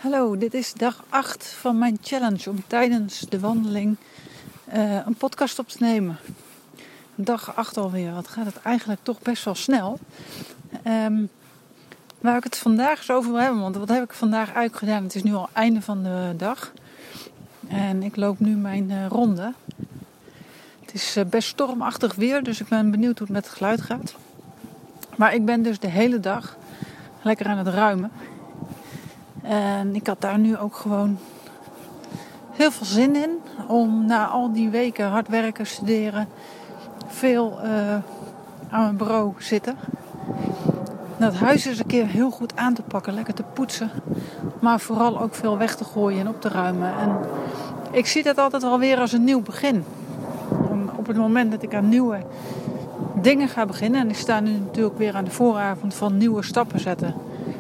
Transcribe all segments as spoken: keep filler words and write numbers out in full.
Hallo, dit is dag acht van mijn challenge om tijdens de wandeling uh, een podcast op te nemen. Dag acht alweer, wat gaat het eigenlijk toch best wel snel. Um, waar ik het vandaag eens over wil hebben, want wat heb ik vandaag eigenlijk gedaan? Het is nu al einde van de dag en ik loop nu mijn uh, ronde. Het is uh, best stormachtig weer, dus ik ben benieuwd hoe het met het geluid gaat. Maar ik ben dus de hele dag lekker aan het ruimen. En ik had daar nu ook gewoon heel veel zin in om na al die weken hard werken, studeren, veel uh, aan mijn bureau zitten. Dat huis eens een keer heel goed aan te pakken, lekker te poetsen, maar vooral ook veel weg te gooien en op te ruimen. En ik zie dat altijd wel weer als een nieuw begin. Om, op het moment dat ik aan nieuwe dingen ga beginnen, en ik sta nu natuurlijk weer aan de vooravond van nieuwe stappen zetten,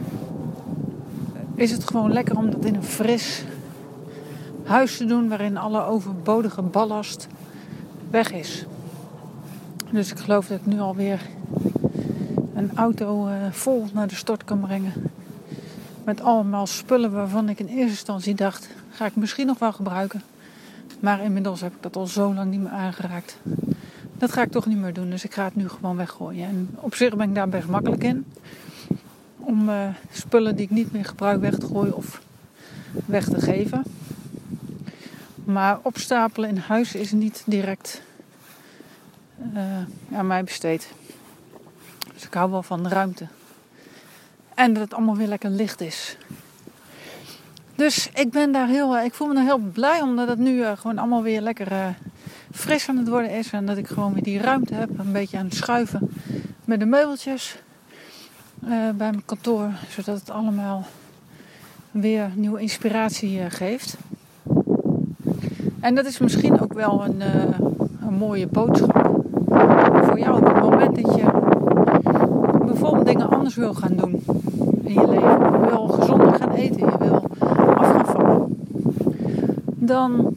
is het gewoon lekker om dat in een fris huis te doen waarin alle overbodige ballast weg is. Dus ik geloof dat ik nu alweer een auto uh, vol naar de stort kan brengen. Met allemaal spullen waarvan ik in eerste instantie dacht, ga ik misschien nog wel gebruiken. Maar inmiddels heb ik dat al zo lang niet meer aangeraakt. Dat ga ik toch niet meer doen, dus ik ga het nu gewoon weggooien. En op zich ben ik daar best makkelijk in. Om uh, spullen die ik niet meer gebruik weg te gooien of weg te geven. Maar opstapelen in huis is niet direct uh, aan mij besteed. Dus ik hou wel van de ruimte. En dat het allemaal weer lekker licht is. Dus ik ben daar heel, ik voel me daar heel blij omdat het nu uh, gewoon allemaal weer lekker uh, fris aan het worden is. En dat ik gewoon weer die ruimte heb. Een beetje aan het schuiven met de meubeltjes. Uh, bij mijn kantoor, zodat het allemaal weer nieuwe inspiratie uh, geeft. En dat is misschien ook wel een, uh, een mooie boodschap voor jou op het moment dat je bijvoorbeeld dingen anders wil gaan doen in je leven. Je wil gezonder gaan eten, je wil af gaan vallen. Dan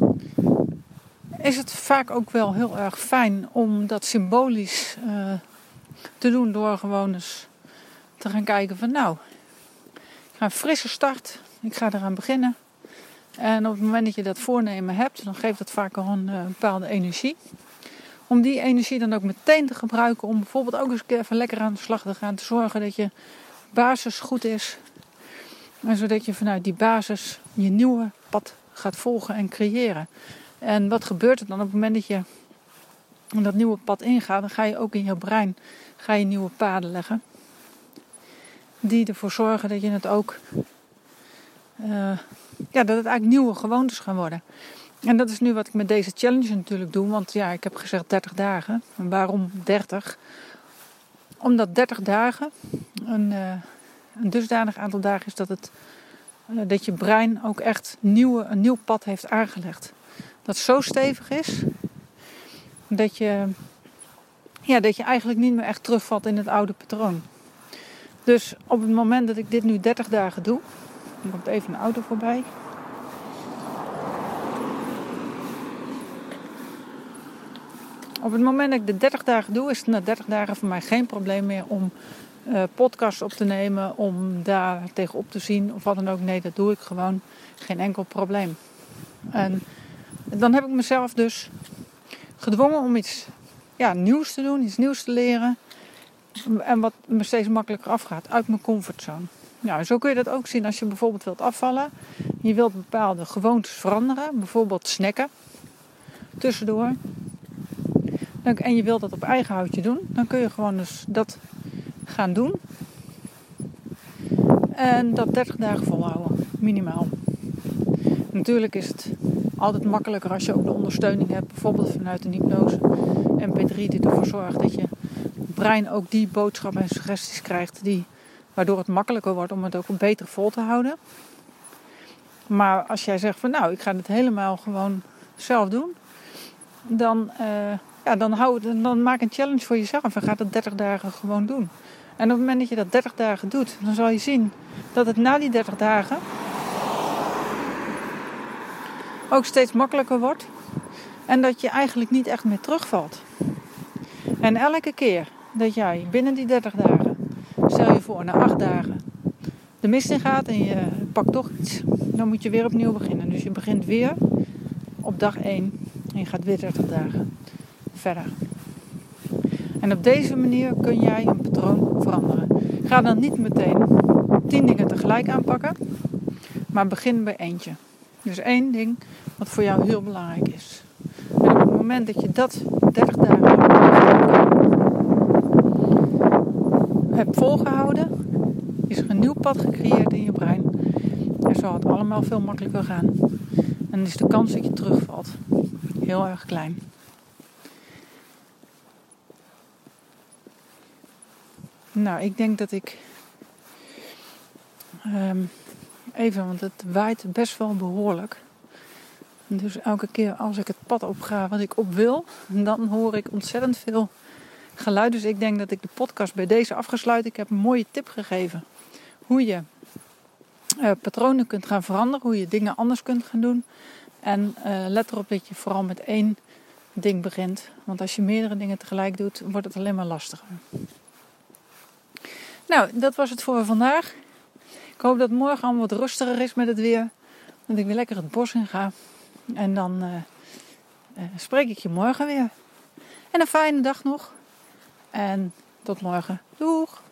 is het vaak ook wel heel erg fijn om dat symbolisch uh, te doen door gewoon eens te gaan kijken van nou, ik ga een frisse start, ik ga eraan beginnen. En op het moment dat je dat voornemen hebt, dan geeft dat vaak al een uh, bepaalde energie. Om die energie dan ook meteen te gebruiken om bijvoorbeeld ook eens een keer even lekker aan de slag te gaan. Te zorgen dat je basis goed is. En zodat je vanuit die basis je nieuwe pad gaat volgen en creëren. En wat gebeurt er dan op het moment dat je dat nieuwe pad ingaat? Dan ga je ook in je brein ga je nieuwe paden leggen. Die ervoor zorgen dat je het ook Uh, ja, dat het eigenlijk nieuwe gewoontes gaan worden. En dat is nu wat ik met deze challenge natuurlijk doe. Want ja, ik heb gezegd dertig dagen. En waarom dertig? Omdat dertig dagen een, uh, een dusdanig aantal dagen is dat, het, uh, dat je brein ook echt nieuwe, een nieuw pad heeft aangelegd. Dat zo stevig is dat je, ja, dat je eigenlijk niet meer echt terugvalt in het oude patroon. Dus op het moment dat ik dit nu dertig dagen doe. Er komt even een auto voorbij. Op het moment dat ik de dertig dagen doe, is het na dertig dagen voor mij geen probleem meer om uh, podcasts op te nemen, om daar tegenop te zien of wat dan ook. Nee, dat doe ik gewoon. Geen enkel probleem. En dan heb ik mezelf dus gedwongen om iets ja, nieuws te doen, iets nieuws te leren. En wat me steeds makkelijker afgaat uit mijn comfortzone. Nou, zo kun je dat ook zien als je bijvoorbeeld wilt afvallen. Je wilt bepaalde gewoontes veranderen. Bijvoorbeeld snacken. Tussendoor. En je wilt dat op eigen houtje doen. Dan kun je gewoon dus dat gaan doen. En dat dertig dagen volhouden. Minimaal. Natuurlijk is het altijd makkelijker als je ook de ondersteuning hebt. Bijvoorbeeld vanuit een hypnose M P drie die ervoor zorgt dat je brein ook die boodschappen en suggesties krijgt die... Waardoor het makkelijker wordt om het ook beter vol te houden. Maar als jij zegt van nou, ik ga het helemaal gewoon zelf doen. Dan, uh, ja, dan, hou, dan, dan maak een challenge voor jezelf en ga dat dertig dagen gewoon doen. En op het moment dat je dat dertig dagen doet, dan zal je zien dat het na die dertig dagen ook steeds makkelijker wordt. En dat je eigenlijk niet echt meer terugvalt. En elke keer dat jij binnen die dertig dagen, stel je voor na acht dagen, de mist in gaat en je pakt toch iets, dan moet je weer opnieuw beginnen. Dus je begint weer op dag één en je gaat weer dertig dagen verder. En op deze manier kun jij een patroon veranderen. Ga dan niet meteen tien dingen tegelijk aanpakken, maar begin bij eentje. Dus één ding wat voor jou heel belangrijk is. En op het moment dat je dat dertig dagen hebt volgehouden, is er een nieuw pad gecreëerd in je brein. En zal het allemaal veel makkelijker gaan. En dan is de kans dat je terugvalt heel erg klein. Nou, ik denk dat ik um, even, want het waait best wel behoorlijk. Dus elke keer als ik het pad opga wat ik op wil, dan hoor ik ontzettend veel geluid. Dus ik denk dat ik de podcast bij deze afgesluit. Ik heb een mooie tip gegeven hoe je uh, patronen kunt gaan veranderen, hoe je dingen anders kunt gaan doen. En uh, let erop dat je vooral met één ding begint. Want als je meerdere dingen tegelijk doet, wordt het alleen maar lastiger. Nou, dat was het voor vandaag. Ik hoop dat morgen allemaal wat rustiger is met het weer. Dat ik weer lekker het bos in ga. En dan uh, uh, spreek ik je morgen weer. En een fijne dag nog. En tot morgen. Doeg!